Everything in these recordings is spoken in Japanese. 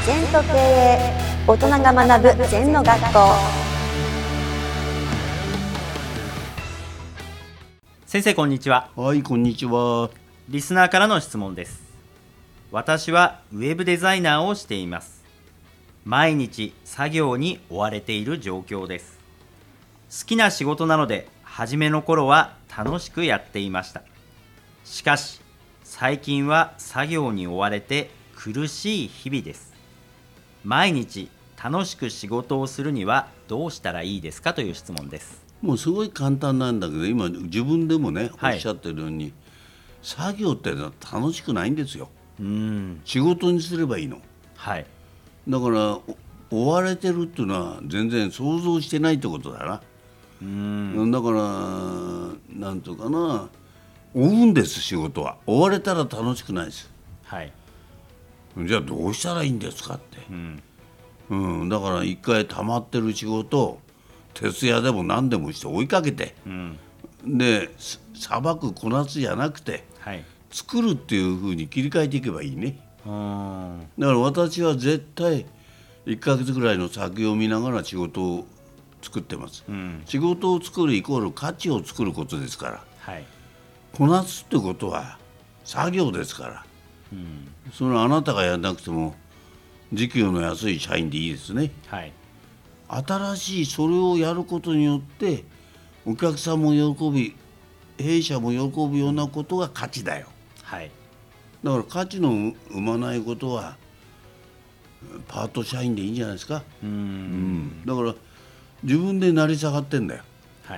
禅と経営、大人が学ぶ禅の学校。 先生こんにちは。 はい、こんにちは。 リスナーからの質問です。私はウェブデザイナーをしています。毎日作業に追われている状況です。好きな仕事なので初めの頃は楽しくやっていました。しかし最近は作業に追われて苦しい日々です。毎日楽しく仕事をするにはどうしたらいいですかという質問です。 もうすごい簡単なんだけど、今自分でもね、 はい、 おっしゃってるように作業ってのは楽しくないんですよ。 仕事にすればいいの。 はい、 だから追われてるっていうのは全然想像してないってことだな。だからなんとかな、追うんです。仕事は追われたら楽しくないです。 はい、 じゃあどうしたらいいんですかって、だから一回溜まってる仕事を徹夜でも何でもして追いかけて、でさばくこなすじゃなくて、 はい、 作るっていう風に切り替えていけばいいね。だから私は絶対1ヶ月ぐらいの先を見ながら仕事を作ってます、仕事を作るイコール価値を作ることですから、 はい、 こなすってことは作業ですから、それはあなたがやらなくても時給の安い社員でいいですね。 はい、 新しいそれをやることによってお客さんも喜び弊社も喜ぶようなことが価値だよ。 はい、 だから価値の生まないことはパート社員でいいんじゃないですか。だから自分で成り下がってんだよ。 はい、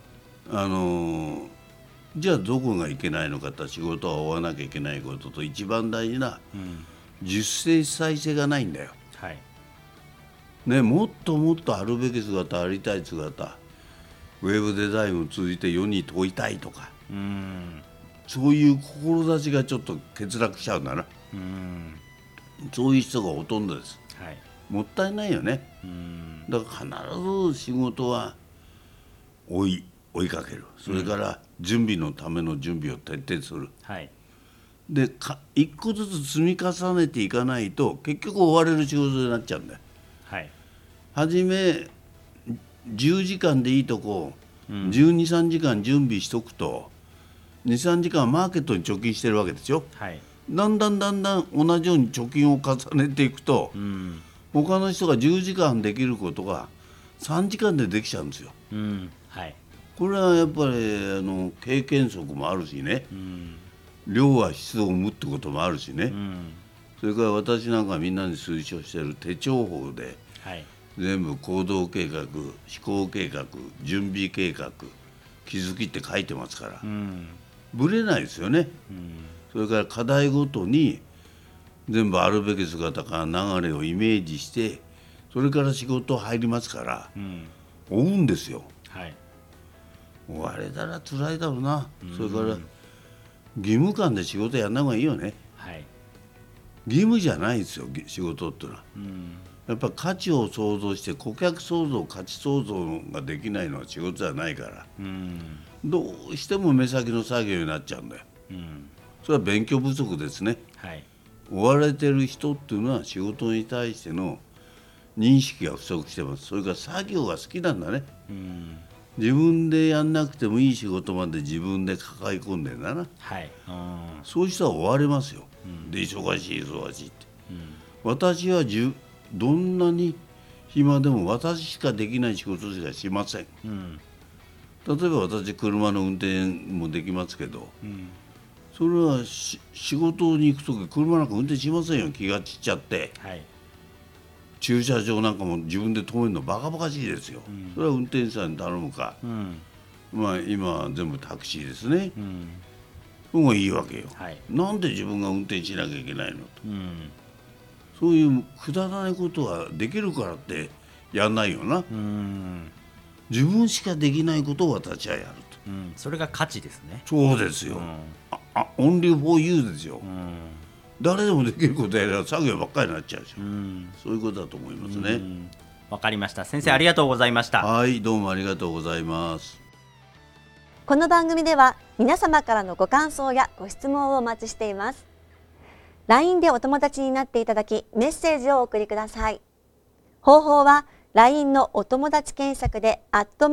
じゃあどこがいけないのかって、仕事は追わなきゃいけないことと一番大事な自主再生がないんだよ、 はいね。もっともっとあるべき姿、ありたい姿、ウェブデザインを通じて世に問いたいとか、そういう志がちょっと欠落しちゃうんだな。そういう人がほとんどです、はい、もったいないよね。だから必ず仕事は追いかける。それから準備のための準備を徹底する、はい、で一個ずつ積み重ねていかないと結局追われる仕事になっちゃうんだよ、はい、初め10時間でいいとこ、12、3時間準備しとくと2、3時間マーケットに貯金してるわけですよ、はい、だんだん同じように貯金を重ねていくと、他の人が10時間できることが3時間でできちゃうんですよ、はい、これはやっぱり経験則もあるしね、量は質を生むってこともあるしね、それから私なんかみんなに推奨している手帳法で、はい、全部行動計画、思考計画、準備計画、気づきって書いてますから、ぶれないですよね。それから課題ごとに全部あるべき姿から流れをイメージしてそれから仕事入りますから、追うんですよ、はい、追われたら辛いだろうな。それから義務感で仕事やんない方がいいよね、はい、義務じゃないですよ仕事ってのは、やっぱ価値を創造して顧客創造、価値創造ができないのは仕事じゃないから、どうしても目先の作業になっちゃうんだよ、それは勉強不足ですね、はい、追われてる人っていうのは仕事に対しての認識が不足してます。それから作業が好きなんだね、自分でやんなくてもいい仕事まで自分で抱え込んでんだな、はい、そういう人は追われますよ、で忙しいって、私はどんなに暇でも私しかできない仕事しかしません、例えば私車の運転もできますけど、それは仕事に行くとき車なんか運転しませんよ。気が散っちゃって、はい、駐車場なんかも自分で止めるのバカバカしいですよ、それは運転手さんに頼むか、まあ今は全部タクシーですね、そがいいわけよ、はい、なんで自分が運転しなきゃいけないのと、そういうくだらないことはできるからってやんないよな。自分しかできないことを私はやると、 それが価値ですね。 そうですよ、only for you ですよ、誰でもできることやれば作業ばっかりになっちゃうでしょ、そういうことだと思いますね。 わかりました。先生、ありがとうございました。 はい、どうもありがとうございます。 この番組では皆様からのご感想やご質問をお待ちしています。 LINE でお友達になっていただき、メッセージをお送りください。方法は LINE のお友達検索で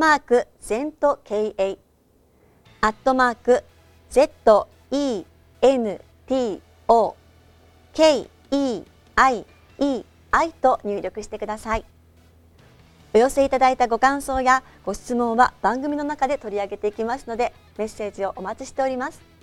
@ZENTKEI@ZENTOKEIEI と入力してください。お寄せいただいたご感想やご質問は番組の中で取り上げていきますので、メッセージをお待ちしております。